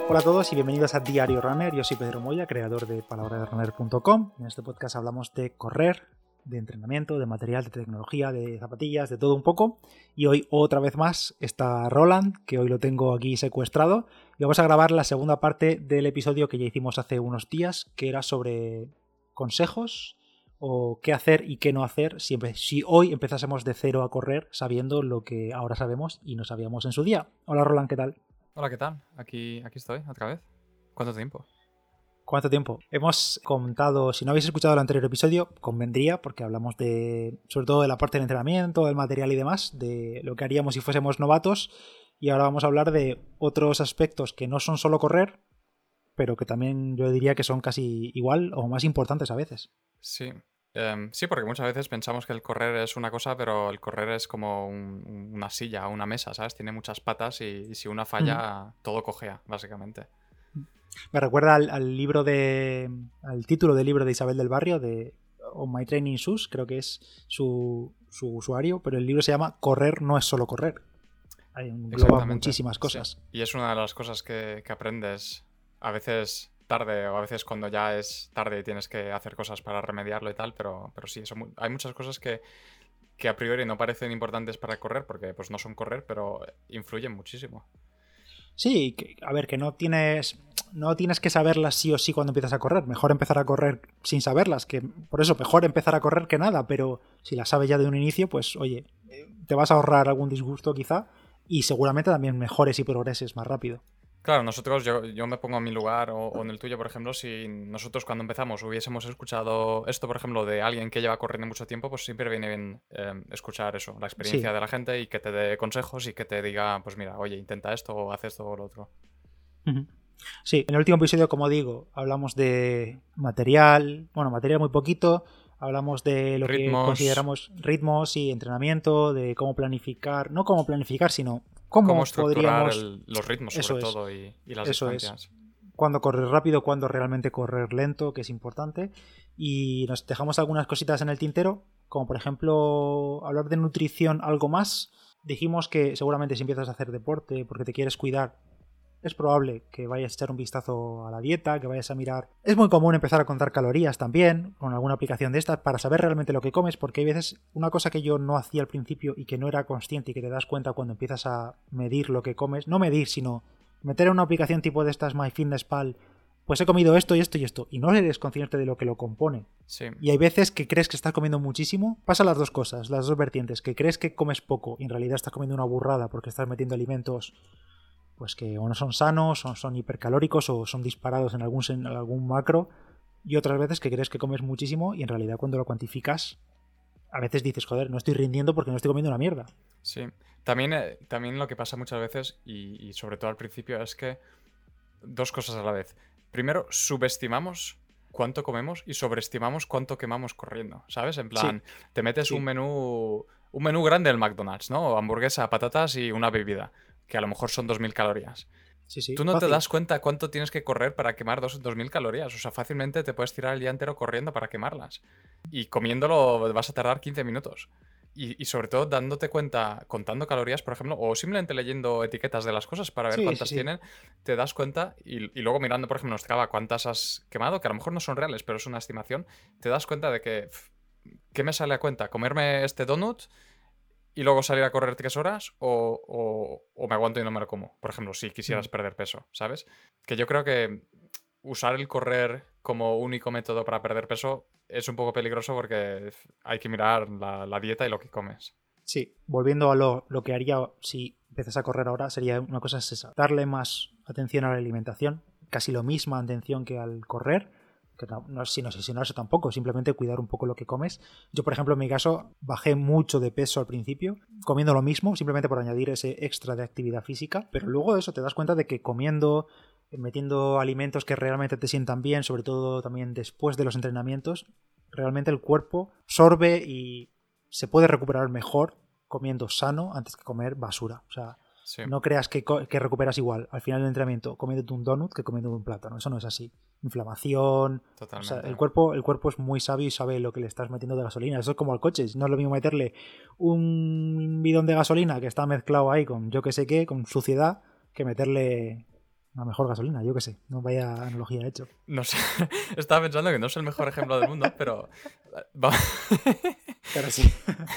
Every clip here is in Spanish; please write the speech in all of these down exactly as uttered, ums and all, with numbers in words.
Hola a todos y bienvenidos a Diario Runner. Yo soy Pedro Moya, creador de palabra de runner punto com. En este podcast hablamos de correr, de entrenamiento, de material, de tecnología, de zapatillas, de todo un poco. Y hoy otra vez más está Roland, que hoy lo tengo aquí secuestrado. Y vamos a grabar la segunda parte del episodio que ya hicimos hace unos días, que era sobre consejos o qué hacer y qué no hacer siempre si hoy empezásemos de cero a correr sabiendo lo que ahora sabemos y no sabíamos en su día. Hola Roland, ¿qué tal? Hola, ¿qué tal? Aquí, aquí estoy, otra vez. ¿Cuánto tiempo? ¿Cuánto tiempo? Hemos contado, si no habéis escuchado el anterior episodio, convendría, porque hablamos de, sobre todo de la parte del entrenamiento, del material y demás, de lo que haríamos si fuésemos novatos, y ahora vamos a hablar de otros aspectos que no son solo correr, pero que también yo diría que son casi igual o más importantes a veces. Sí, em, sí, porque muchas veces pensamos que el correr es una cosa, pero el correr es como un- una silla o una mesa, ¿sabes? Tiene muchas patas y, y si una falla, todo cojea, básicamente. Me recuerda al, al libro de. al título del libro de Isabel del Barrio, de On My Training Shoes, creo que es su, su usuario, pero el libro se llama Correr no es solo correr. Hay engloba Exactamente, muchísimas cosas. sí. Y es una de las cosas que, que aprendes a veces tarde o a veces cuando ya es tarde y tienes que hacer cosas para remediarlo y tal, pero, pero sí, eso, mu- hay muchas cosas que, que a priori no parecen importantes para correr porque pues no son correr, pero influyen muchísimo. Sí, que, a ver, que no tienes. No tienes que saberlas sí o sí cuando empiezas a correr. Mejor empezar a correr sin saberlas, que por eso mejor empezar a correr que nada, pero si las sabes ya de un inicio, pues oye, te vas a ahorrar algún disgusto quizá y seguramente también mejores y progreses más rápido. Claro, nosotros, yo, yo me pongo en mi lugar o, o en el tuyo, por ejemplo, si nosotros cuando empezamos hubiésemos escuchado esto, por ejemplo, de alguien que lleva corriendo mucho tiempo, pues siempre viene bien eh, escuchar eso, la experiencia Sí. de la gente y que te dé consejos y que te diga, pues mira, oye, intenta esto o haz esto o lo otro. Ujú. Sí, en el último episodio, como digo, hablamos de material, bueno, material muy poquito, hablamos de lo que Ritmos, consideramos ritmos y entrenamiento, de cómo planificar, no cómo planificar, sino cómo cómo estructurar podríamos, el- los ritmos sobre eso es, todo y, y las eso es, distancias. cuándo correr rápido, cuándo realmente correr lento, que es importante, y nos dejamos algunas cositas en el tintero, como por ejemplo hablar de nutrición algo más. Dijimos que seguramente si empiezas a hacer deporte porque te quieres cuidar, es probable que vayas a echar un vistazo a la dieta, que vayas a mirar. Es muy común empezar a contar calorías también, con alguna aplicación de estas, para saber realmente lo que comes, porque hay veces una cosa que yo no hacía al principio y que no era consciente y que te das cuenta cuando empiezas a medir lo que comes, no medir, sino meter en una aplicación tipo de estas MyFitnessPal, pues he comido esto y esto y esto, y no eres consciente de lo que lo compone. Sí, Y hay veces que crees que estás comiendo muchísimo. Pasa las dos cosas, las dos vertientes, que crees que comes poco y en realidad estás comiendo una burrada porque estás metiendo alimentos pues que o no son sanos, o son hipercalóricos, o son disparados en algún, en algún macro, y otras veces que crees que comes muchísimo y en realidad cuando lo cuantificas, a veces dices, joder, no estoy rindiendo porque no estoy comiendo una mierda. sí. También, eh, también lo que pasa muchas veces y, y sobre todo al principio es que dos cosas a la vez. Primero, subestimamos cuánto comemos y sobreestimamos cuánto quemamos corriendo, ¿sabes? En Sí, plan, te metes un sí, menú un menú grande del McDonald's, ¿no? Hamburguesa, patatas y una bebida, que a lo mejor son dos mil calorías. sí, sí, Tú no te fácil. das cuenta cuánto tienes que correr para quemar dos- 2.000 calorías. O sea, fácilmente te puedes tirar el día entero corriendo para quemarlas. Y comiéndolo vas a tardar quince minutos. Y, y sobre todo dándote cuenta, contando calorías, por ejemplo, o simplemente leyendo etiquetas de las cosas para ver Sí, sí, cuántas sí. tienen, te das cuenta y, y luego mirando, por ejemplo, en Strava cuántas has quemado, que a lo mejor no son reales, pero es una estimación, te das cuenta de que, pf, ¿qué me sale a cuenta? ¿Comerme este donut y luego salir a correr tres horas o, o- o me aguanto y no me lo como? Por ejemplo, si quisieras Mm. perder peso, ¿sabes? Que yo creo que usar el correr como único método para perder peso es un poco peligroso porque hay que mirar la, la dieta y lo que comes. Sí, volviendo a lo, lo que haría si empiezas a correr ahora, sería una cosa es esa, darle más atención a la alimentación, casi lo misma atención que al correr, que no, no es sin obsesionarse tampoco, simplemente cuidar un poco lo que comes. Yo, por ejemplo, en mi caso, bajé mucho de peso al principio, comiendo lo mismo, simplemente por añadir ese extra de actividad física, pero luego de eso te das cuenta de que comiendo, metiendo alimentos que realmente te sientan bien, sobre todo también después de los entrenamientos, realmente el cuerpo absorbe y se puede recuperar mejor comiendo sano antes que comer basura. O sea, Sí, no creas que, que recuperas igual al final del entrenamiento comiéndote un donut que comiendo un plátano. Eso no es así. Inflamación. O sea, el totalmente. cuerpo, el cuerpo es muy sabio y sabe lo que le estás metiendo de gasolina. Eso es como al coche. No es lo mismo meterle un bidón de gasolina que está mezclado ahí con yo que sé qué, con suciedad, que meterle La mejor gasolina, yo qué sé. No vaya analogía he hecho. No sé, estaba pensando que no es el mejor ejemplo del mundo, pero... va- Pero sí.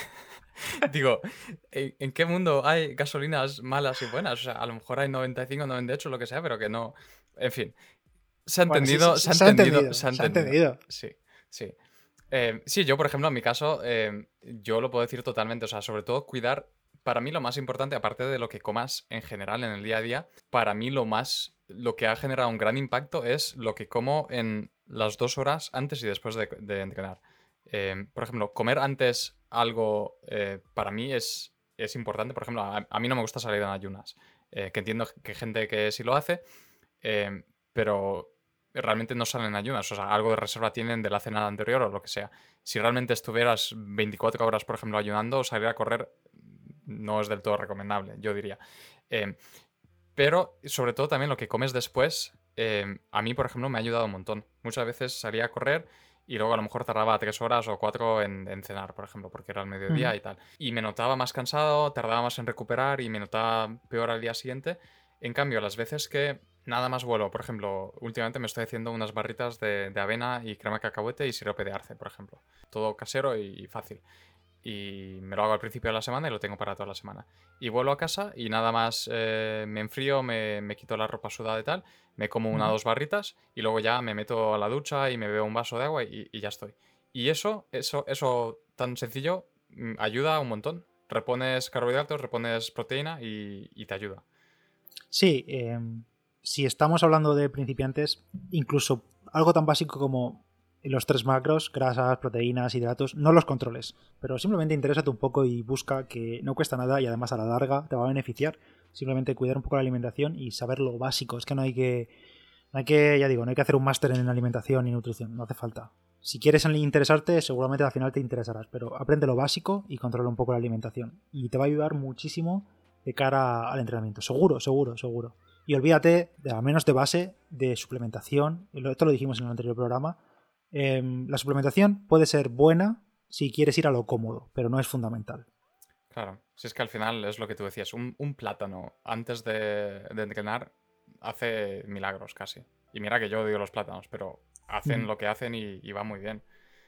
Digo, ¿en, en qué mundo hay gasolinas malas y buenas? O sea, a lo mejor hay noventa y cinco, noventa y ocho, lo que sea, pero que no... En fin, se ha Bueno, sí, sí, entendido, se sí, ha se ha entendido, entendido. se ha Se ha entendido. entendido. Sí, sí. Eh, sí, yo, por ejemplo, en mi caso, eh, yo lo puedo decir totalmente. O sea, sobre todo cuidar, para mí lo más importante, aparte de lo que comas en general en el día a día, para mí lo más, lo que ha generado un gran impacto es lo que como en las dos horas antes y después de, de entrenar. Eh, por ejemplo, comer antes algo eh, para mí es, es importante. Por ejemplo, a, a mí no me gusta salir en ayunas, eh, que entiendo que hay gente que sí lo hace, eh, pero realmente no salen ayunas, o sea, algo de reserva tienen de la cena anterior o lo que sea. Si realmente estuvieras veinticuatro horas, por ejemplo, ayunando, salir a correr no es del todo recomendable, yo diría. Eh, pero, sobre todo, también lo que comes después, eh, a mí, por ejemplo, me ha ayudado un montón. Muchas veces salía a correr y luego a lo mejor tardaba tres horas o cuatro en, en cenar, por ejemplo, porque era el mediodía Ujú. y tal. Y me notaba más cansado, tardaba más en recuperar y me notaba peor al día siguiente. En cambio, las veces que nada más vuelo, por ejemplo, últimamente me estoy haciendo unas barritas de, de avena y crema de cacahuete y sirope de arce, por ejemplo. Todo casero y, y fácil. Y me lo hago al principio de la semana y lo tengo para toda la semana. Y vuelvo a casa y nada más eh, me enfrío, me, me quito la ropa sudada y tal, me como una o Ujú. dos barritas y luego ya me meto a la ducha y me bebo un vaso de agua y, y ya estoy. Y eso, eso, eso tan sencillo mm, ayuda un montón. Repones carbohidratos, repones proteína y, y te ayuda. Sí, eh, si estamos hablando de principiantes, incluso algo tan básico como los tres macros, grasas, proteínas, hidratos, no los controles, pero simplemente interésate un poco y busca, que no cuesta nada y además a la larga te va a beneficiar. Simplemente cuidar un poco la alimentación y saber lo básico. Es que no hay que, no hay que, ya digo, no hay que hacer un máster en alimentación y nutrición, no hace falta. Si quieres interesarte, seguramente al final te interesarás, pero aprende lo básico y controla un poco la alimentación. Y te va a ayudar muchísimo de cara al entrenamiento. Seguro, seguro, seguro. Y olvídate, de, al menos de base, de suplementación. Esto lo dijimos en el anterior programa. Eh, la suplementación puede ser buena si quieres ir a lo cómodo, pero no es fundamental. Claro, si es que al final es lo que tú decías, un, un plátano antes de, de entrenar hace milagros casi. Y mira que yo odio los plátanos, pero hacen Mm, lo que hacen y, y va muy bien.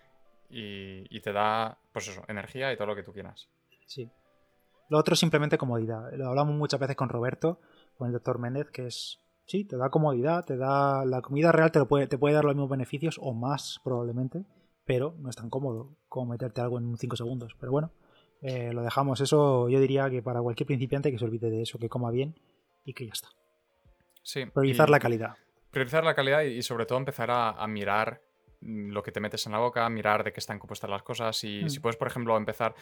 Y, y te da, pues eso, energía y todo lo que tú quieras. sí. Lo otro es simplemente comodidad. Lo hablamos muchas veces con Roberto, con el doctor Méndez, que es, sí, te da comodidad, te da, la comida real te, lo puede, te puede dar los mismos beneficios o más probablemente, pero no es tan cómodo como meterte algo en cinco segundos. Pero bueno, eh, lo dejamos. Eso yo diría que para cualquier principiante que se olvide de eso, que coma bien y que ya está. Sí, Priorizar y la calidad. priorizar la calidad y, y sobre todo empezar a, a mirar mm, lo que te metes en la boca, mirar de qué están compuestas las cosas y si Mm. puedes, por ejemplo, empezar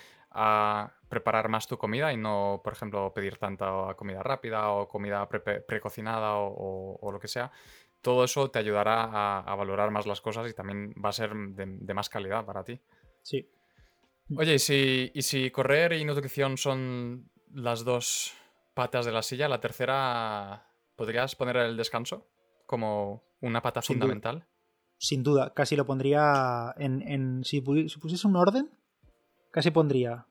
a preparar más tu comida y no, por ejemplo, pedir tanta comida rápida o comida pre- precocinada o, o- o lo que sea, todo eso te ayudará a, a valorar más las cosas y también va a ser de, de más calidad para ti. Sí. Mm. Oye, ¿y si, y si correr y nutrición son las dos patas de la silla, la tercera, ¿podrías poner el descanso como una pata Sin duda. fundamental? Sin duda. Casi lo pondría en. en si, pudi- si pusiese un orden, casi pondría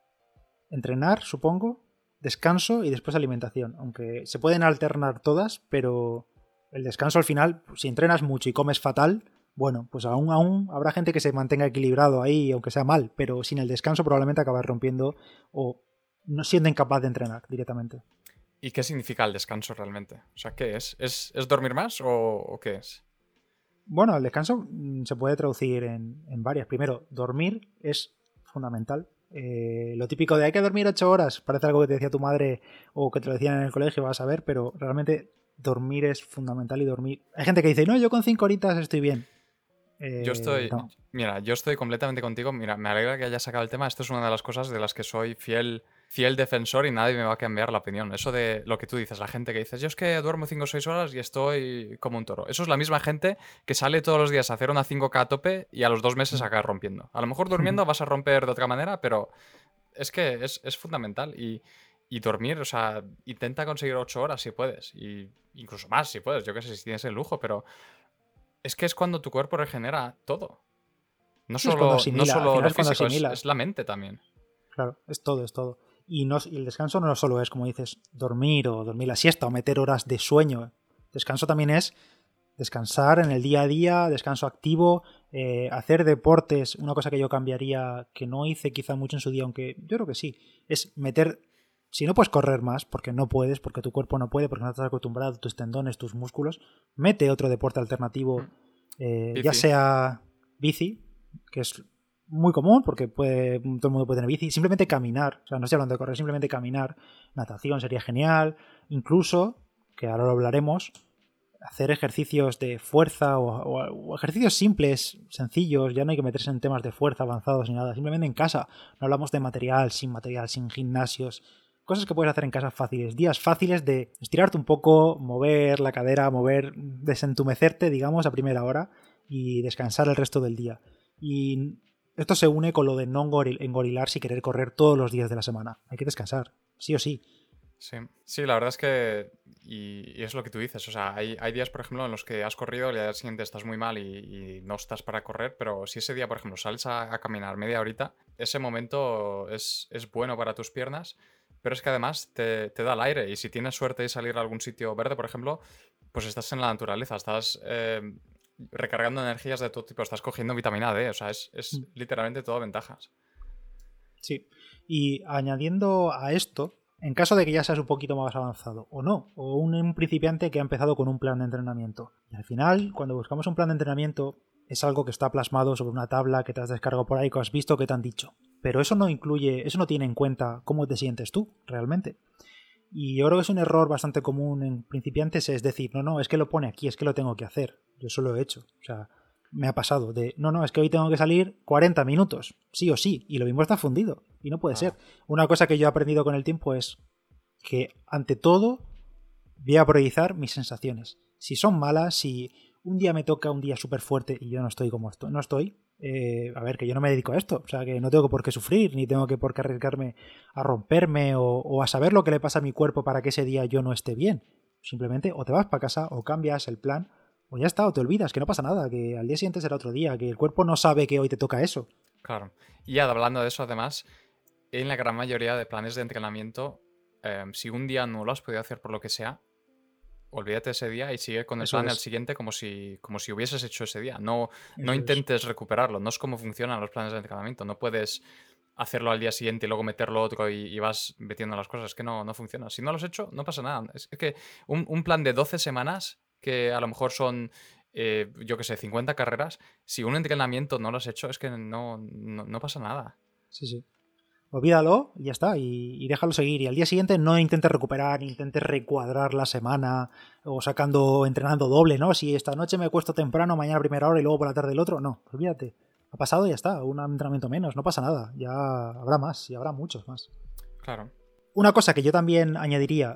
entrenar, supongo, descanso y después alimentación. Aunque se pueden alternar todas, pero el descanso al final, si entrenas mucho y comes fatal, bueno, pues aún, aún habrá gente que se mantenga equilibrado ahí, aunque sea mal, pero sin el descanso probablemente acabas rompiendo o no siendo incapaz de entrenar directamente. ¿Y qué significa el descanso realmente? O sea, ¿qué es? ¿Es, es dormir más o, o qué es? Bueno, el descanso mm, se puede traducir en, en varias. Primero, dormir es fundamental. Eh, lo típico de hay que dormir ocho horas, parece algo que te decía tu madre o que te lo decían en el colegio, vas a ver, pero realmente dormir es fundamental y dormir. Hay gente que dice, no, yo con cinco horitas estoy bien. Yo Eh, estoy, no. mira, yo estoy completamente contigo. Mira, me alegra que hayas sacado el tema. Esto es una de las cosas de las que soy fiel, fiel defensor y nadie me va a cambiar la opinión. Eso de lo que tú dices, la gente que dices, yo es que duermo cinco o seis horas y estoy como un toro. Eso es la misma gente que sale todos los días a hacer una cinco K a tope y a los dos meses acaba rompiendo. A lo mejor durmiendo vas a romper de otra manera, pero es que es, es fundamental. Y, y dormir, o sea, intenta conseguir ocho horas si puedes. Y incluso más si puedes, yo qué sé, si tienes el lujo, pero es que es cuando tu cuerpo regenera todo. No Sí, es cuando solo, no asimila, al solo final lo es cuando físico, es, asimila. es la mente también. Claro, es todo, es todo. Y, no, y el descanso no solo es, como dices, dormir o dormir la siesta o meter horas de sueño, Descanso también es descansar en el día a día, descanso activo, eh, hacer deportes. Una cosa que yo cambiaría, que no hice quizá mucho en su día, aunque yo creo que sí, es meter... Si no puedes correr más, porque no puedes, porque tu cuerpo no puede, porque no estás acostumbrado, tus tendones, tus músculos, mete otro deporte alternativo, eh, ya sea bici, que es muy común porque puede, todo el mundo puede tener bici, simplemente caminar, o sea, no estoy hablando de correr, simplemente caminar, natación sería genial, incluso, que ahora lo hablaremos, hacer ejercicios de fuerza o, o, o ejercicios simples, sencillos, ya no hay que meterse en temas de fuerza avanzados ni nada, simplemente en casa, no hablamos de material, sin material, sin gimnasios, cosas que puedes hacer en casa fáciles, días fáciles de estirarte un poco, mover la cadera, mover, desentumecerte, digamos, a primera hora y descansar el resto del día. Y esto se une con lo de no engorilarse y querer correr todos los días de la semana. Hay que descansar, sí o sí. Sí, sí, la verdad es que, y, y es lo que tú dices, o sea, hay, hay días, por ejemplo, en los que has corrido y al día siguiente estás muy mal y, y no estás para correr, pero si ese día, por ejemplo, sales a, a caminar media horita, ese momento es, es bueno para tus piernas, pero es que además te, te da el aire y si tienes suerte de salir a algún sitio verde, por ejemplo, pues estás en la naturaleza, estás eh, recargando energías de todo tipo, estás cogiendo vitamina D, o sea, es, es mm. literalmente todo ventajas. Sí, y añadiendo a esto, en caso de que ya seas un poquito más avanzado o no, o un, un principiante que ha empezado con un plan de entrenamiento. Y al final, cuando buscamos un plan de entrenamiento, es algo que está plasmado sobre una tabla que te has descargado por ahí, que has visto, que te han dicho. Pero eso no incluye, eso no tiene en cuenta cómo te sientes tú, realmente. Y yo creo que es un error bastante común en principiantes, es decir, no, no, es que lo pone aquí, es que lo tengo que hacer. Yo eso lo he hecho. O sea, me ha pasado de, no, no, es que hoy tengo que salir cuarenta minutos, sí o sí, y lo mismo está fundido, y no puede ah. ser. Una cosa que yo he aprendido con el tiempo es que, ante todo, voy a priorizar mis sensaciones. Si son malas, si un día me toca un día súper fuerte y yo no estoy como esto, no estoy, eh, a ver, que yo no me dedico a esto, o sea, que no tengo por qué sufrir, ni tengo que por qué arriesgarme a romperme o, o a saber lo que le pasa a mi cuerpo para que ese día yo no esté bien. Simplemente o te vas para casa o cambias el plan, o ya está, o te olvidas, que no pasa nada, que al día siguiente será otro día, que el cuerpo no sabe que hoy te toca eso. Claro. Y ya hablando de eso, además, en la gran mayoría de planes de entrenamiento, eh, si un día no lo has podido hacer por lo que sea, olvídate ese día y sigue con el eso plan es. Al siguiente como si, como si hubieses hecho ese día. No, no intentes es. recuperarlo, no es como funcionan los planes de entrenamiento. No puedes hacerlo al día siguiente y luego meterlo otro y, y vas metiendo las cosas. Es que no, no funciona. Si no lo has hecho, no pasa nada. Es, es que un, un plan de doce semanas, que a lo mejor son, eh, yo qué sé, cincuenta carreras, si un entrenamiento no lo has hecho, es que no, no, no pasa nada. Sí, sí. Olvídalo y ya está, y, y déjalo seguir. Y al día siguiente no intentes recuperar, intentes recuadrar la semana o sacando, entrenando doble, ¿no? Si esta noche me acuesto temprano, mañana a primera hora y luego por la tarde el otro, no, olvídate. Ha pasado y ya está, un entrenamiento menos, no pasa nada. Ya habrá más y habrá muchos más. Claro. Una cosa que yo también añadiría,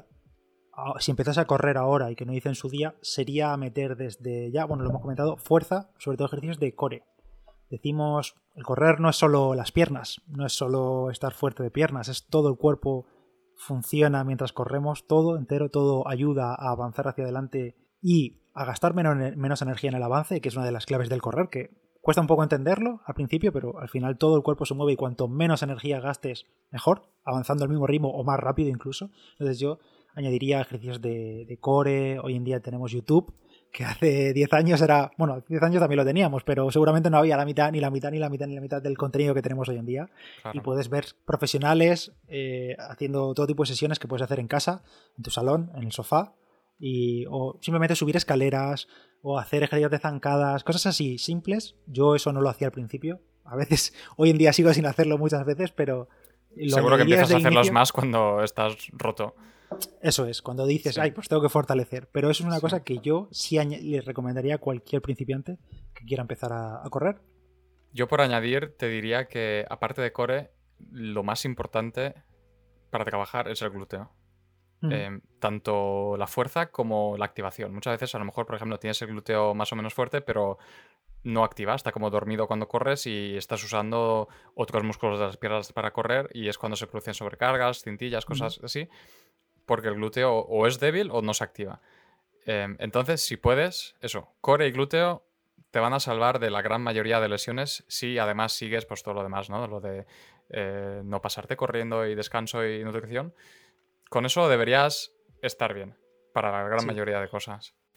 si empiezas a correr ahora y que no hice en su día, sería meter desde ya, bueno, lo hemos comentado, fuerza, sobre todo ejercicios de core. Decimos, el correr no es solo las piernas, no es solo estar fuerte de piernas, es todo el cuerpo funciona mientras corremos, todo entero, todo ayuda a avanzar hacia adelante y a gastar menos, menos energía en el avance, que es una de las claves del correr, que cuesta un poco entenderlo al principio, pero al final todo el cuerpo se mueve y cuanto menos energía gastes, mejor, avanzando al mismo ritmo o más rápido incluso. Entonces yo añadiría ejercicios de, de core, hoy en día tenemos YouTube, que hace diez años era, bueno, diez años también lo teníamos, pero seguramente no había la mitad, ni la mitad, ni la mitad, ni la mitad del contenido que tenemos hoy en día. Claro. Y puedes ver profesionales eh, haciendo todo tipo de sesiones que puedes hacer en casa, en tu salón, en el sofá, y, o simplemente subir escaleras, o hacer ejercicios de zancadas, cosas así simples. Yo eso no lo hacía al principio. A veces, hoy en día sigo sin hacerlo muchas veces, pero... Seguro que empiezas a hacerlos inicio, más cuando estás roto. Eso es, cuando dices, sí. ay, pues tengo que fortalecer. Pero eso es una sí. cosa que yo sí le recomendaría a cualquier principiante que quiera empezar a, a correr. Yo, por añadir, te diría que, aparte de core, lo más importante para trabajar es el glúteo. Mm. Eh, tanto la fuerza como la activación. Muchas veces, a lo mejor, por ejemplo, tienes el glúteo más o menos fuerte, pero no activa, está como dormido cuando corres y estás usando otros músculos de las piernas para correr y es cuando se producen sobrecargas, cintillas, cosas mm. así. Porque el glúteo o es débil o no se activa. Eh, entonces, si puedes, eso, core y glúteo te van a salvar de la gran mayoría de lesiones si además sigues pues todo lo demás, ¿no? Lo de eh, no pasarte corriendo y descanso y nutrición. Con eso deberías estar bien para la gran sí. mayoría de cosas.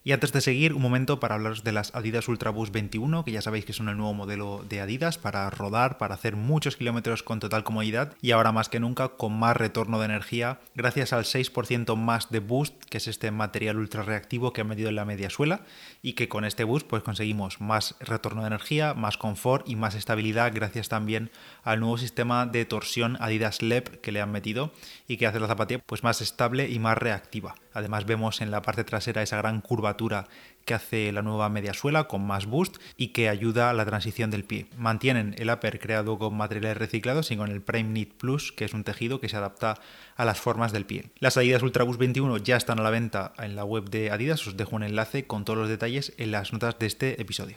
Y antes de seguir, un momento para hablaros de las Adidas Ultraboost veintiuno, que ya sabéis que son el nuevo modelo de Adidas para rodar, para hacer muchos kilómetros con total comodidad y ahora más que nunca con más retorno de energía gracias al seis por ciento más de boost, que es este material ultra reactivo que han metido en la media suela, y que con este boost pues conseguimos más retorno de energía, más confort y más estabilidad gracias también al nuevo sistema de torsión Adidas L E P que le han metido y que hace la zapatilla pues más estable y más reactiva. Además vemos en la parte trasera esa gran curvatura que hace la nueva mediasuela con más boost y que ayuda a la transición del pie. Mantienen el upper creado con materiales reciclados y con el Prime Knit Plus, que es un tejido que se adapta a las formas del pie. Las Adidas Ultraboost veintiuno ya están a la venta en la web de Adidas, os dejo un enlace con todos los detalles en las notas de este episodio.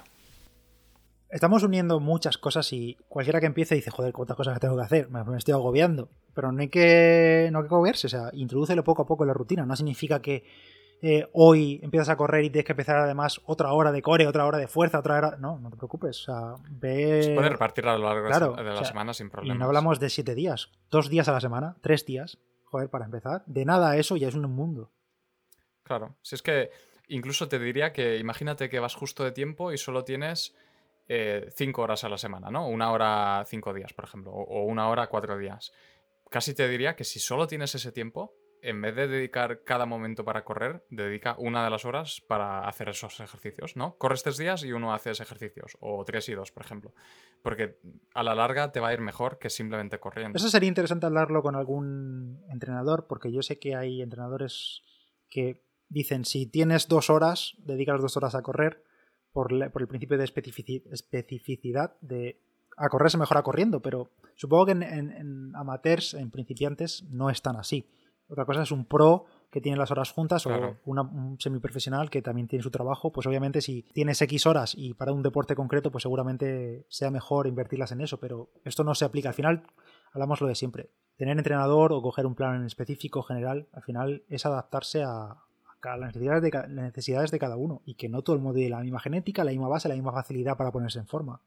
Estamos uniendo muchas cosas y cualquiera que empiece dice, joder, cuántas cosas tengo que hacer, me, me estoy agobiando. Pero no hay que, no hay que agobiarse, o sea, introdúcelo poco a poco en la rutina. No significa que Eh, hoy empiezas a correr y tienes que empezar además otra hora de core, otra hora de fuerza, otra hora... No, no te preocupes, o sea, ve... Se puede repartir a lo largo claro, de la o sea, semana sin problemas. Y no hablamos de siete días, dos días a la semana, tres días, joder, para empezar. De nada a eso ya es un mundo. Claro, si es que incluso te diría que imagínate que vas justo de tiempo y solo tienes eh, cinco horas a la semana, ¿no? Una hora cinco días, por ejemplo, o, o una hora cuatro días. Casi te diría que si solo tienes ese tiempo, en vez de dedicar cada momento para correr, dedica una de las horas para hacer esos ejercicios, ¿no? Corres tres días y uno haces ejercicios, o tres y dos, por ejemplo. Porque a la larga te va a ir mejor que simplemente corriendo. Eso sería interesante hablarlo con algún entrenador, porque yo sé que hay entrenadores que dicen, si tienes dos horas, dedica las dos horas a correr, por, le, por el principio de especificidad, de a correr se mejora corriendo, pero supongo que en, en, en amateurs, en principiantes, no es tan así. Otra cosa es un pro que tiene las horas juntas, claro, o una, un semiprofesional que también tiene su trabajo. Pues obviamente si tienes X horas y para un deporte concreto, pues seguramente sea mejor invertirlas en eso, pero esto no se aplica. Al final, hablamos lo de siempre. Tener entrenador o coger un plan en específico general, al final es adaptarse a, a las, necesidades de, las necesidades de cada uno y que no todo el mundo tiene la misma genética, la misma base, la misma facilidad para ponerse en forma.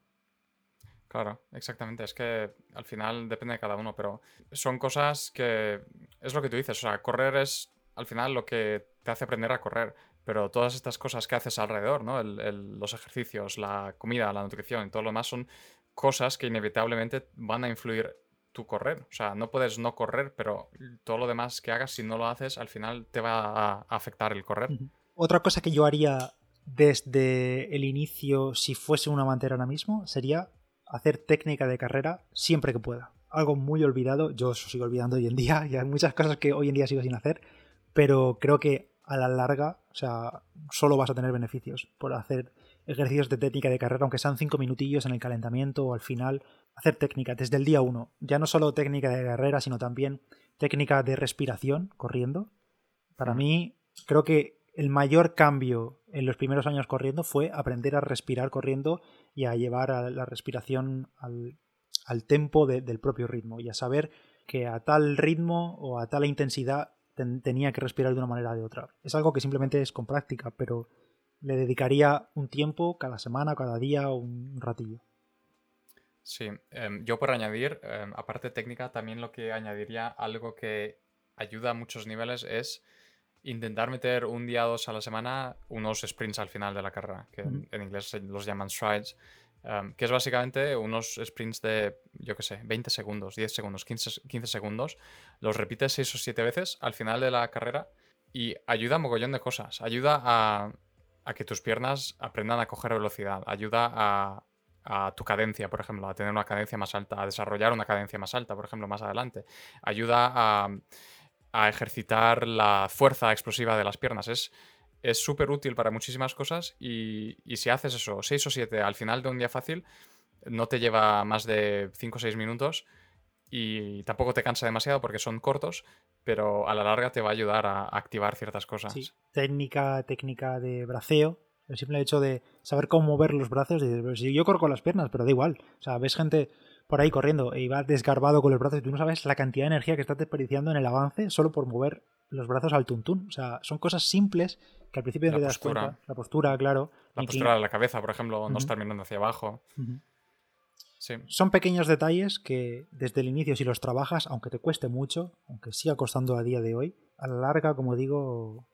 Claro, exactamente. Es que al final depende de cada uno, pero son cosas que es lo que tú dices. O sea, correr es al final lo que te hace aprender a correr, pero todas estas cosas que haces alrededor, ¿no? El, el, los ejercicios, la comida, la nutrición y todo lo demás son cosas que inevitablemente van a influir tu correr. O sea, no puedes no correr, pero todo lo demás que hagas, si no lo haces, al final te va a afectar el correr. Uh-huh. Otra cosa que yo haría desde el inicio, si fuese un amante ahora mismo, sería hacer técnica de carrera siempre que pueda. Algo muy olvidado, yo eso sigo olvidando hoy en día, y hay muchas cosas que hoy en día sigo sin hacer, pero creo que a la larga, o sea, solo vas a tener beneficios por hacer ejercicios de técnica de carrera, aunque sean cinco minutillos en el calentamiento o al final, hacer técnica desde el día uno. Ya no solo técnica de carrera, sino también técnica de respiración corriendo. Para mm. mí, creo que el mayor cambio en los primeros años corriendo fue aprender a respirar corriendo y a llevar a la respiración al, al tempo de, del propio ritmo y a saber que a tal ritmo o a tal intensidad ten, tenía que respirar de una manera o de otra. Es algo que simplemente es con práctica, pero le dedicaría un tiempo cada semana, cada día o un ratillo. Sí, eh, yo por añadir, eh, aparte técnica, también lo que añadiría algo que ayuda a muchos niveles es intentar meter un día o dos a la semana unos sprints al final de la carrera, que uh-huh. en inglés los llaman strides, um, que es básicamente unos sprints de, yo qué sé, veinte segundos, diez segundos, quince, quince segundos. Los repites seis o siete veces al final de la carrera y ayuda a mogollón de cosas. Ayuda a, a que tus piernas aprendan a coger velocidad. Ayuda a, a tu cadencia, por ejemplo, a tener una cadencia más alta, a desarrollar una cadencia más alta, por ejemplo, más adelante. Ayuda a... a ejercitar la fuerza explosiva de las piernas. Es súper útil para muchísimas cosas y, y si haces eso, seis o siete al final de un día fácil, no te lleva más de cinco o seis minutos y tampoco te cansa demasiado porque son cortos, pero a la larga te va a ayudar a activar ciertas cosas. Sí, técnica, técnica de braceo. El simple hecho de saber cómo mover los brazos. De, si yo corro con las piernas, pero da igual. O sea, ves gente por ahí corriendo y va desgarbado con los brazos y tú no sabes la cantidad de energía que estás desperdiciando en el avance solo por mover los brazos al tuntún. O sea, son cosas simples que al principio no te das cuenta. La postura, claro. La postura de la cabeza, por ejemplo, uh-huh. no estar mirando hacia abajo. Uh-huh. Sí. Son pequeños detalles que desde el inicio, si los trabajas, aunque te cueste mucho, aunque siga costando a día de hoy, a la larga, como digo,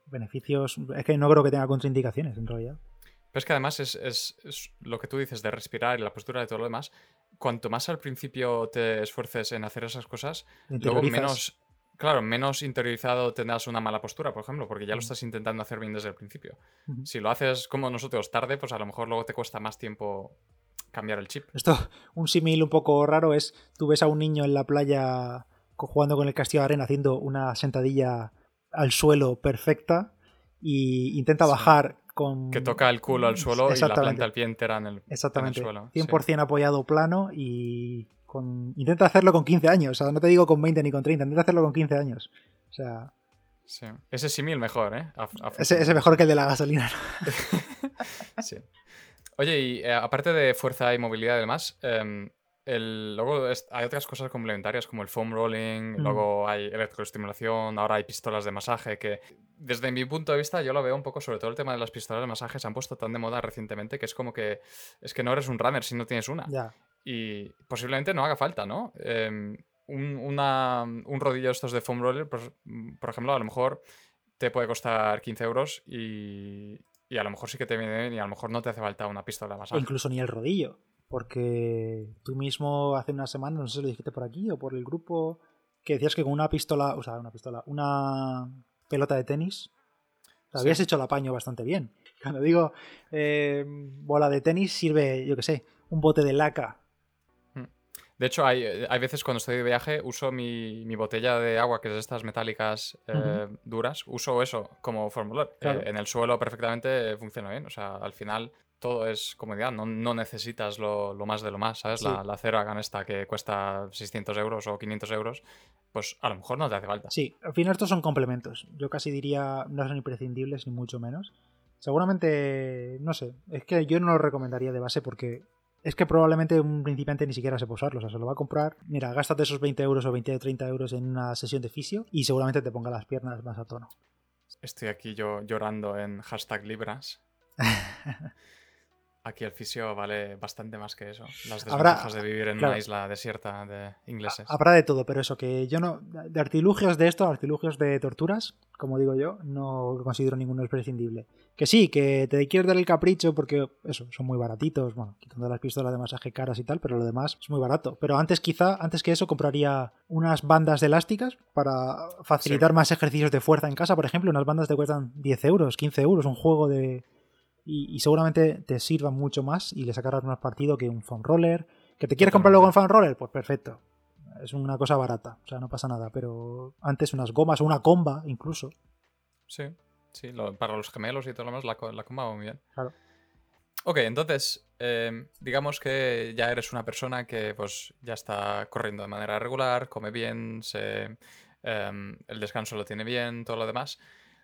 beneficios, es que no creo que tenga contraindicaciones en realidad. Pero es que además es, es, es lo que tú dices de respirar y la postura y todo lo demás. Cuanto más al principio te esfuerces en hacer esas cosas, luego menos, claro, menos interiorizado tendrás una mala postura, por ejemplo, porque ya lo estás intentando hacer bien desde el principio. Uh-huh. Si lo haces como nosotros tarde, pues a lo mejor luego te cuesta más tiempo cambiar el chip. Esto, un símil un poco raro es, tú ves a un niño en la playa jugando con el castillo de arena haciendo una sentadilla al suelo perfecta y intenta sí. bajar con... Que toca el culo al suelo y la planta el pie entera en el, Exactamente. en el suelo. cien por ciento sí. apoyado plano y con... intenta hacerlo con quince años. O sea, no te digo con veinte ni con treinta, intenta hacerlo con quince años. O sea... Sí. Ese símil mejor, ¿eh? A, a ese, ese mejor que el de la gasolina, ¿no? Sí. Oye, y eh, aparte de fuerza y movilidad y demás, eh, el, luego es, hay otras cosas complementarias como el foam rolling, mm. luego hay electroestimulación, ahora hay pistolas de masaje que, desde mi punto de vista, yo lo veo un poco, sobre todo el tema de las pistolas de masaje, se han puesto tan de moda recientemente que es como que es que no eres un runner si no tienes una. Yeah. Y posiblemente no haga falta, ¿no? Eh, un, una, un rodillo estos de foam roller, por, por ejemplo, a lo mejor te puede costar quince euros y, y a lo mejor sí que te viene bien y a lo mejor no te hace falta una pistola de masaje. O incluso ni el rodillo. Porque tú mismo hace una semana, no sé si lo dijiste por aquí o por el grupo, que decías que con una pistola, o sea, una pistola, una pelota de tenis, te habías sí. hecho el apaño bastante bien. Cuando digo eh, bola de tenis, sirve, yo qué sé, un bote de laca. De hecho, hay, hay veces cuando estoy de viaje, uso mi, mi botella de agua, que es de estas metálicas eh, uh-huh. duras, uso eso como formular. Claro. Eh, en el suelo perfectamente funciona bien. O sea, al final... todo es comodidad, no, no necesitas lo, lo más de lo más, ¿sabes? Sí. La, la Ceragan esta que cuesta seiscientos euros o quinientos euros, pues a lo mejor no te hace falta. Sí, al final estos son complementos. Yo casi diría no son imprescindibles ni mucho menos. Seguramente, no sé, es que yo no lo recomendaría de base porque es que probablemente un principiante ni siquiera sepa usarlo, o sea, se lo va a comprar, mira, gástate esos veinte euros o veinte o treinta euros en una sesión de fisio y seguramente te ponga las piernas más a tono. Estoy aquí yo llorando en hashtag libras. Aquí el fisio vale bastante más que eso. Las desventajas Habrá, de vivir en claro, una isla desierta de ingleses. Habrá de todo, pero eso, que yo no... De artilugios de esto, artilugios de torturas, como digo yo, no considero ninguno imprescindible. Que sí, que te quieres dar el capricho porque, eso, son muy baratitos, bueno, quitando las pistolas de masaje caras y tal, pero lo demás es muy barato. Pero antes quizá, antes que eso, compraría unas bandas elásticas para facilitar sí. más ejercicios de fuerza en casa, por ejemplo. Unas bandas te cuestan diez euros, quince euros, un juego de... Y, y seguramente te sirvan mucho más y le sacarás más partido que un foam roller. ¿Que te quieres comprar luego un foam roller? Pues perfecto. Es una cosa barata, o sea, no pasa nada. Pero antes unas gomas o una comba incluso. Sí, sí, lo, para los gemelos y todo lo demás la, la comba va muy bien. Claro. Ok, entonces, eh, digamos que ya eres una persona que pues ya está corriendo de manera regular, come bien, se, eh, el descanso lo tiene bien, todo lo demás.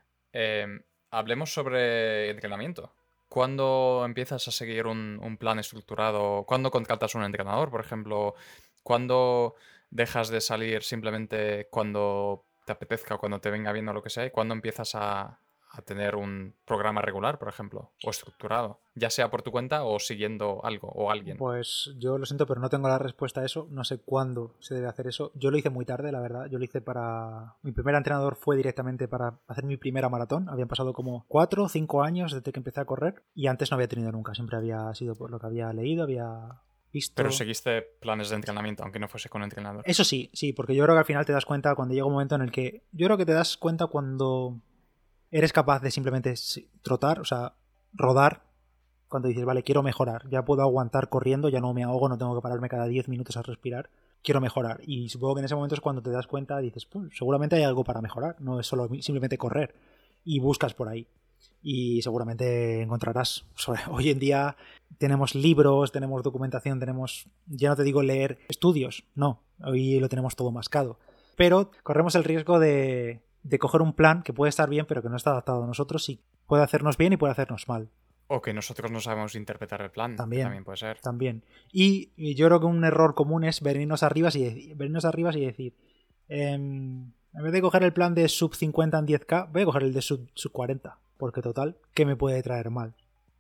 Eh, hablemos sobre entrenamiento. ¿Cuándo empiezas a seguir un, un plan estructurado? ¿Cuándo contratas un entrenador, por ejemplo? ¿Cuándo dejas de salir simplemente cuando te apetezca o cuando te venga bien o lo que sea? ¿Y cuándo empiezas a, a tener un programa regular, por ejemplo? O estructurado. Ya sea por tu cuenta o siguiendo algo o alguien. Pues yo lo siento, pero no tengo la respuesta a eso. No sé cuándo se debe hacer eso. Yo lo hice muy tarde, la verdad. Yo lo hice para... Mi primer entrenador fue directamente para hacer mi primera maratón. Habían pasado como cuatro o cinco años desde que empecé a correr. Y antes no había tenido nunca. Siempre había sido por lo que había leído, había visto... Pero seguiste planes de entrenamiento, aunque no fuese con entrenador. Eso sí, sí. Porque yo creo que al final te das cuenta cuando llega un momento en el que... Yo creo que te das cuenta cuando eres capaz de simplemente trotar, o sea, rodar. Cuando dices, vale, quiero mejorar, ya puedo aguantar corriendo, ya no me ahogo, no tengo que pararme cada diez minutos a respirar, quiero mejorar. Y supongo que en ese momento es cuando te das cuenta, dices, pues seguramente hay algo para mejorar, no es solo simplemente correr. Y buscas por ahí. Y seguramente encontrarás. Hoy en día tenemos libros, tenemos documentación, tenemos, ya no te digo leer estudios, no, hoy lo tenemos todo mascado. Pero corremos el riesgo de, de coger un plan que puede estar bien, pero que no está adaptado a nosotros y puede hacernos bien y puede hacernos mal. O que nosotros no sabemos interpretar el plan. También, también puede ser. También. Y, y yo creo que un error común es venirnos arriba y, venirnos arriba y decir, eh, en vez de coger el plan de sub cincuenta en diez K, voy a coger el de sub, sub cuarenta. Porque total, ¿qué me puede traer mal?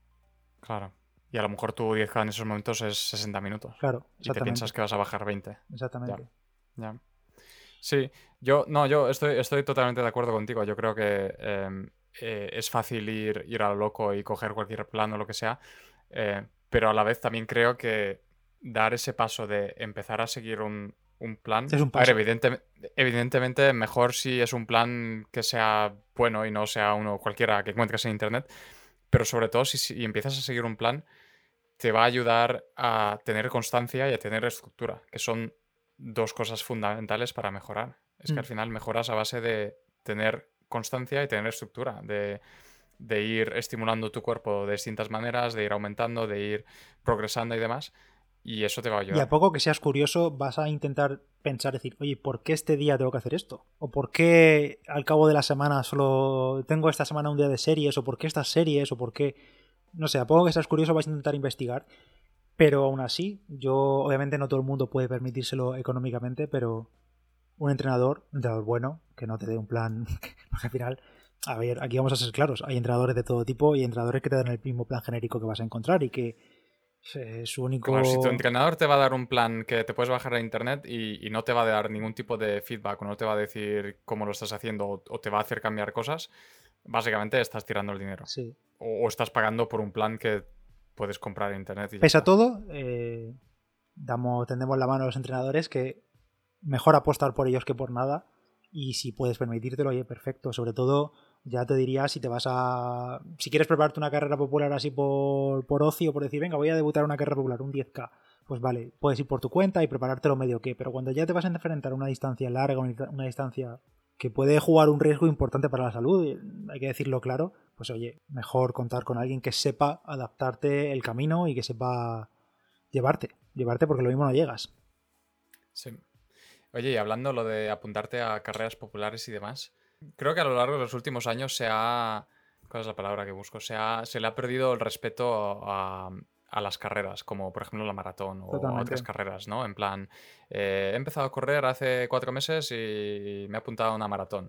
Claro. Y a lo mejor tu diez K en esos momentos es sesenta minutos. Claro, y te piensas que vas a bajar veinte. Exactamente. Ya. ya. Sí, yo, no, yo estoy, estoy totalmente de acuerdo contigo. Yo creo que... Eh, eh, es fácil ir, ir a lo loco y coger cualquier plan o lo que sea, eh, pero a la vez también creo que dar ese paso de empezar a seguir un, un plan. Es un A ver, paso. evidente- evidentemente mejor si es un plan que sea bueno y no sea uno cualquiera que encuentres en internet, pero sobre todo si, si empiezas a seguir un plan, te va a ayudar a tener constancia y a tener estructura, que son dos cosas fundamentales para mejorar. Es que Mm. al final mejoras a base de tener constancia y tener estructura, de, de ir estimulando tu cuerpo de distintas maneras, de ir aumentando, de ir progresando y demás, y eso te va a Y a ayudar. poco que seas curioso, vas a intentar pensar, decir, oye, ¿por qué este día tengo que hacer esto? ¿O por qué al cabo de la semana solo tengo esta semana un día de series? ¿O por qué estas series? ¿O por qué...? No sé, a poco que seas curioso vas a intentar investigar. Pero aún así, yo, obviamente no todo el mundo puede permitírselo económicamente, pero un entrenador, un entrenador bueno, que no te dé un plan, porque al final, a ver, aquí vamos a ser claros, hay entrenadores de todo tipo y hay entrenadores que te dan el mismo plan genérico que vas a encontrar y que eh, su Claro, si tu único... entrenador te va a dar un plan que te puedes bajar a internet y, y no te va a dar ningún tipo de feedback o no te va a decir cómo lo estás haciendo o, o te va a hacer cambiar cosas, básicamente estás tirando el dinero. Sí. O, o estás pagando por un plan que puedes comprar en internet y ya Pese a está. todo, eh, damos, tendemos la mano a los entrenadores que mejor apostar por ellos que por nada. Y si puedes permitírtelo, oye, perfecto. Sobre todo, ya te diría si te vas a. Si quieres prepararte una carrera popular así por, por ocio, por decir, venga, voy a debutar una carrera popular, un diez K. Pues vale, puedes ir por tu cuenta y preparártelo medio que. Pero cuando ya te vas a enfrentar a una distancia larga, una distancia que puede jugar un riesgo importante para la salud, hay que decirlo claro, pues oye, mejor contar con alguien que sepa adaptarte el camino y que sepa llevarte. Llevarte porque lo mismo no llegas. Sí. Oye, y hablando lo de apuntarte a carreras populares y demás, creo que a lo largo de los últimos años se ha... ¿Cuál es la palabra que busco? Se, ha, se le ha perdido el respeto a, a las carreras, como por ejemplo la maratón o a otras Totalmente. carreras, ¿no? En plan, eh, he empezado a correr hace cuatro meses y me he apuntado a una maratón.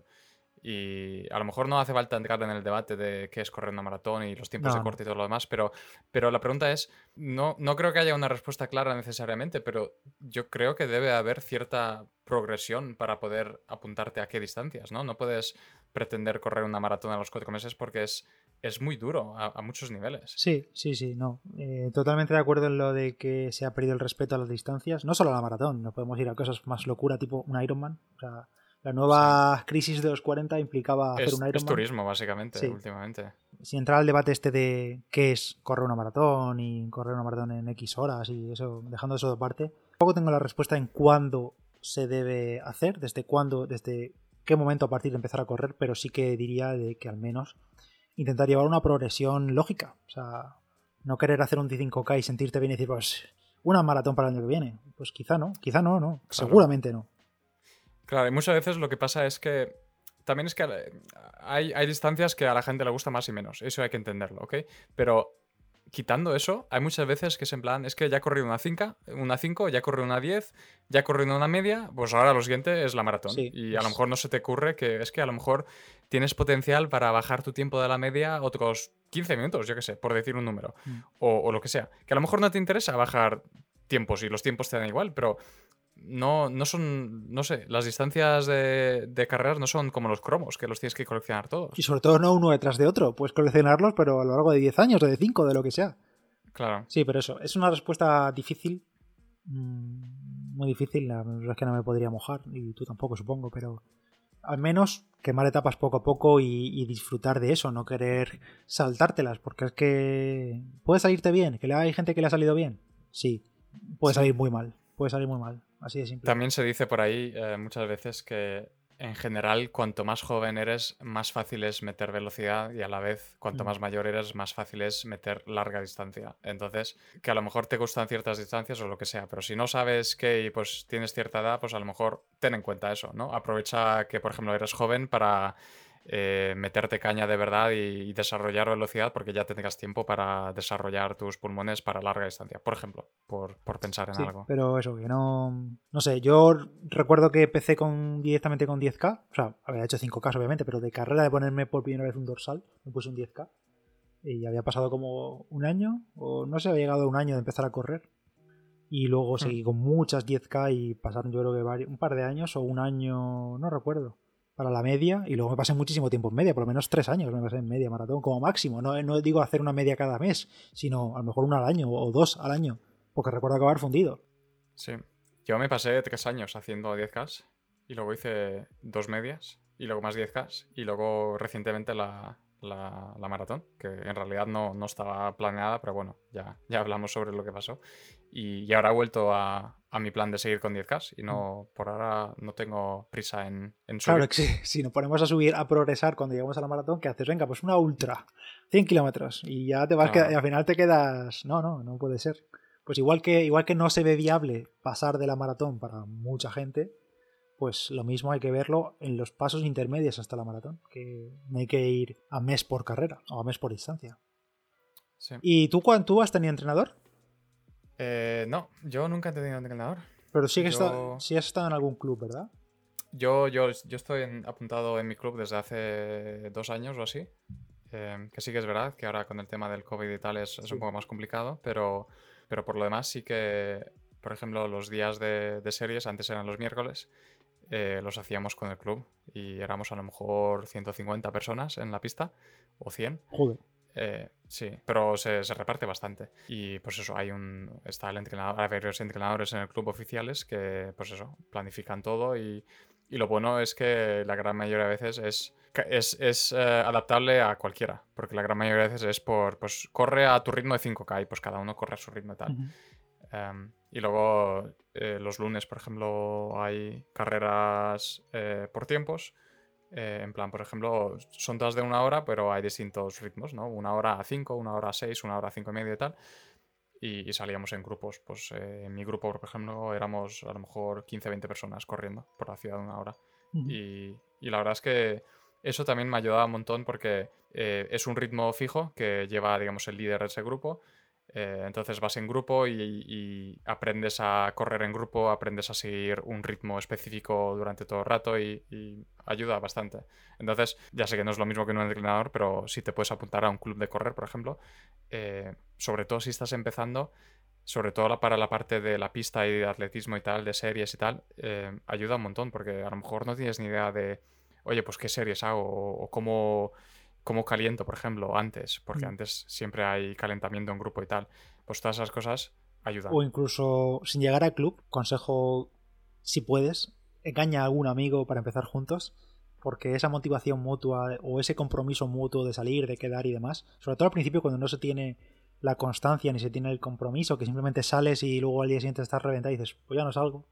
Y a lo mejor no hace falta entrar en el debate de qué es correr una maratón y los tiempos de No, no. corte y todo lo demás, pero, pero la pregunta es, no, no creo que haya una respuesta clara necesariamente, pero yo creo que debe haber cierta progresión para poder apuntarte a qué distancias, ¿no? No puedes pretender correr una maratón a los cuatro meses porque es, es muy duro a, a muchos niveles. Sí, sí, sí, no. Eh, totalmente de acuerdo en lo de que se ha perdido el respeto a las distancias. No solo a la maratón, nos podemos ir a cosas más locura, tipo un Ironman. O sea, la Sí. nueva crisis de los cuarenta implicaba hacer un Es, es Ironman. turismo, básicamente, Sí. últimamente. Si entrar al debate este de qué es correr una maratón y correr una maratón en X horas y eso, dejando eso de parte, tampoco tengo la respuesta en cuándo se debe hacer, desde cuándo, desde qué momento a partir de empezar a correr, pero sí que diría de que al menos intentar llevar una progresión lógica. O sea, no querer hacer un cinco K y sentirte bien y decir, pues, una maratón para el año que viene. Pues quizá no, quizá no, no, Claro. seguramente no. Claro, y muchas veces lo que pasa es que también es que hay, hay distancias que a la gente le gusta más y menos, eso hay que entenderlo, ¿ok? Pero quitando eso, hay muchas veces que es en plan, es que ya he corrido una cinco, una cinco, ya he corrido una diez, ya he corrido una media, pues ahora lo siguiente es la maratón. Sí, y a es- lo mejor no se te ocurre que es que a lo mejor tienes potencial para bajar tu tiempo de la media otros quince minutos, yo qué sé, por decir un número, Mm. o, o lo que sea. Que a lo mejor no te interesa bajar tiempos y los tiempos te dan igual, pero no, no son, no sé, las distancias de, de carreras no son como los cromos, que los tienes que coleccionar Y todos. sobre todo no uno detrás de otro. Puedes coleccionarlos, pero a lo largo de diez años, o de cinco, de lo que sea. Claro. Sí, pero eso, es una respuesta difícil. mm, Muy difícil, la verdad es que no me podría mojar, y tú tampoco, supongo, pero al menos quemar etapas poco a poco y, y disfrutar de eso, no querer saltártelas, porque es que puede salirte bien, que hay gente que le ha salido bien, sí, puede Sí. salir muy mal, puede salir muy mal, así de simple. También se dice por ahí eh, muchas veces que en general cuanto más joven eres, más fácil es meter velocidad y a la vez cuanto Mm. más mayor eres, más fácil es meter larga distancia. Entonces, que a lo mejor te gustan ciertas distancias o lo que sea, pero si no sabes qué y pues tienes cierta edad, pues a lo mejor ten en cuenta eso, ¿no? Aprovecha que, por ejemplo, eres joven para eh, meterte caña de verdad y, y desarrollar velocidad porque ya tendrás tiempo para desarrollar tus pulmones para larga distancia, por ejemplo, por, por pensar en Sí, algo. pero eso, que no. No sé, yo recuerdo que empecé con, directamente con diez K. O sea, había hecho cinco K, obviamente, pero de carrera de ponerme por primera vez un dorsal, me puse un diez K. Y había pasado como un año, o no sé, había llegado a un año de empezar a correr. Y luego Hmm. seguí con muchas diez K y pasaron, yo creo que varios, un par de años o un año, no recuerdo. para la media, y luego me pasé muchísimo tiempo en media, por lo menos tres años me pasé en media maratón como máximo. No, no digo hacer una media cada mes, sino a lo mejor una al año o dos al año, porque recuerdo acabar fundido. Sí. Yo me pasé tres años haciendo diez K y luego hice dos medias y luego más diez K y luego recientemente la, la, la maratón, que en realidad no, no estaba planeada, pero bueno, ya, ya hablamos sobre lo que pasó. Y, y ahora he vuelto a, a mi plan de seguir con diez K y no, por ahora no tengo prisa en, en subir. Claro que sí, si nos ponemos a subir, a progresar cuando lleguemos a la maratón, ¿qué haces? Venga, pues una ultra, cien kilómetros, y ya te vas, Claro. qued- y al final te quedas... No, no, no puede ser. Pues igual que, igual que no se ve viable pasar de la maratón para mucha gente, pues lo mismo hay que verlo en los pasos intermedios hasta la maratón, que no hay que ir a mes por carrera o a mes por distancia. Sí. ¿Y tú, cuán- tú has tenido entrenador? Eh, no, yo nunca he tenido entrenador. Pero sí que Yo- está- sí has estado en algún club, ¿verdad? Yo, yo, yo estoy en- apuntado en mi club desde hace dos años o así. Eh, que sí que es verdad que ahora con el tema del COVID y tal es, es Sí. un poco más complicado, pero, pero por lo demás sí que, por ejemplo, los días de, de series, antes eran los miércoles, eh, los hacíamos con el club y éramos a lo mejor ciento cincuenta personas en la pista o cien. Joder. Eh, sí, pero se, se reparte bastante. Y pues eso, hay un. Está el entrenador, hay varios entrenadores en el club oficiales que, pues eso, planifican todo. Y, y lo bueno es que la gran mayoría de veces es. Es, es eh, adaptable a cualquiera, porque la gran mayoría de veces es por, pues corre a tu ritmo de cinco K y pues cada uno corre a su ritmo y tal. Ujú. Um, y luego eh, los lunes, por ejemplo, hay carreras eh, por tiempos. Eh, en plan, por ejemplo, son todas de una hora, pero hay distintos ritmos, ¿no? Una hora a cinco, una hora a seis, una hora a cinco y medio y tal. Y, y salíamos en grupos. Pues eh, en mi grupo, por ejemplo, éramos a lo mejor quince, veinte personas corriendo por la ciudad de una hora. Ujú. Y, y la verdad es que eso también me ayudaba un montón porque eh, es un ritmo fijo que lleva, digamos, el líder de ese grupo. Eh, entonces vas en grupo y, y aprendes a correr en grupo, aprendes a seguir un ritmo específico durante todo el rato y, y ayuda bastante. Entonces, ya sé que no es lo mismo que un entrenador, pero si te puedes apuntar a un club de correr, por ejemplo, eh, sobre todo si estás empezando, sobre todo la- para la parte de la pista y de atletismo y tal, de series y tal, eh, ayuda un montón porque a lo mejor no tienes ni idea de, oye, pues qué series hago o, o cómo, cómo caliento, por ejemplo, antes, porque Mm. antes siempre hay calentamiento en grupo y tal. Pues todas esas cosas ayudan. O incluso sin llegar al club, consejo, si puedes, engaña a algún amigo para empezar juntos, porque esa motivación mutua o ese compromiso mutuo de salir, de quedar y demás, sobre todo al principio cuando no se tiene la constancia ni se tiene el compromiso, que simplemente sales y luego al día siguiente estás reventado y dices, pues ya no salgo,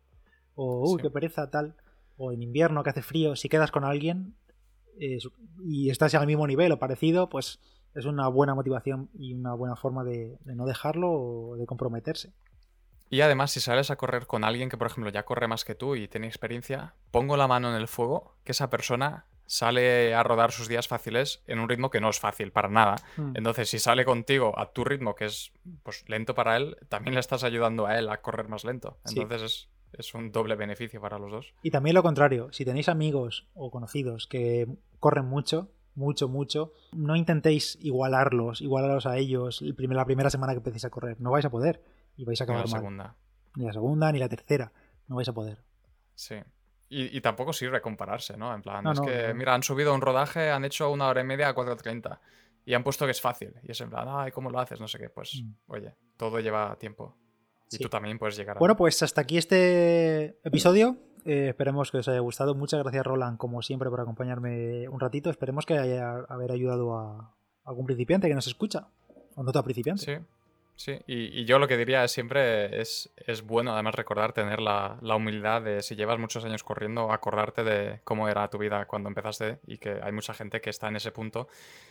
o uy, Sí. qué pereza, tal, o en invierno que hace frío, si quedas con alguien eh, y estás al mismo nivel o parecido, pues es una buena motivación y una buena forma de, de no dejarlo o de comprometerse. Y además, si sales a correr con alguien que, por ejemplo, ya corre más que tú y tiene experiencia, pongo la mano en el fuego que esa persona sale a rodar sus días fáciles en un ritmo que no es fácil para nada. Mm. Entonces, si sale contigo a tu ritmo, que es pues, lento para él, también le estás ayudando a él a correr más lento. Sí. Entonces es, es un doble beneficio para los dos. Y también lo contrario, si tenéis amigos o conocidos que corren mucho, mucho, mucho, no intentéis igualarlos, igualarlos a ellos el primer- la primera semana que empecéis a correr. No vais a poder y vais a En la acabar mal. segunda. Ni la segunda ni la tercera. No vais a poder. Sí. Y, y tampoco sirve compararse, ¿no? En plan, No, es no, que, no. mira, han subido un rodaje, han hecho una hora y media a cuatro treinta y han puesto que es fácil. Y es en plan, ay, ¿cómo lo haces? No sé qué. Pues, Mm. oye, todo lleva tiempo. Y Sí. tú también puedes llegar a... Bueno, pues hasta aquí este episodio. Eh, esperemos que os haya gustado. Muchas gracias, Roland, como siempre, por acompañarme un ratito. Esperemos que haya haber ayudado a algún principiante que nos escucha. O no tan principiante. Sí, sí. Y, y yo lo que diría es siempre es, es bueno además recordar, tener la, la humildad de si llevas muchos años corriendo, acordarte de cómo era tu vida cuando empezaste y que hay mucha gente que está en ese punto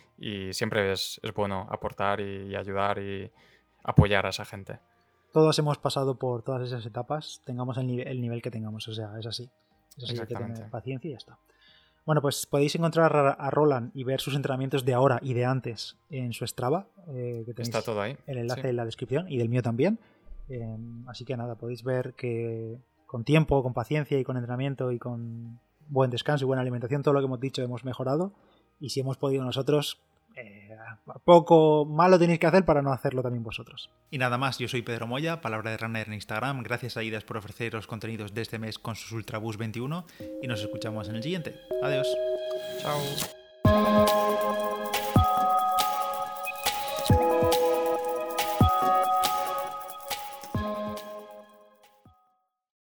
y siempre es, es bueno aportar y, y ayudar y apoyar a esa gente. Todos hemos pasado por todas esas etapas, tengamos el, nive- el nivel que tengamos, o sea, es así. Es así, hay que tener Exactamente. paciencia y ya está. Bueno, pues podéis encontrar a, a Roland y ver sus entrenamientos de ahora y de antes en su Strava, eh, que tenéis Está todo ahí. el enlace Sí. en la descripción y del mío también. Eh, así que nada, podéis ver que con tiempo, con paciencia y con entrenamiento y con buen descanso y buena alimentación, todo lo que hemos dicho hemos mejorado. Y si hemos podido nosotros, eh, poco malo tenéis que hacer para no hacerlo también vosotros. Y nada más, yo soy Pedro Moya, Palabra de Runner en Instagram. Gracias a Adidas por ofrecer los contenidos de este mes con sus Ultraboost veintiuno y nos escuchamos en el siguiente. Adiós. Chao.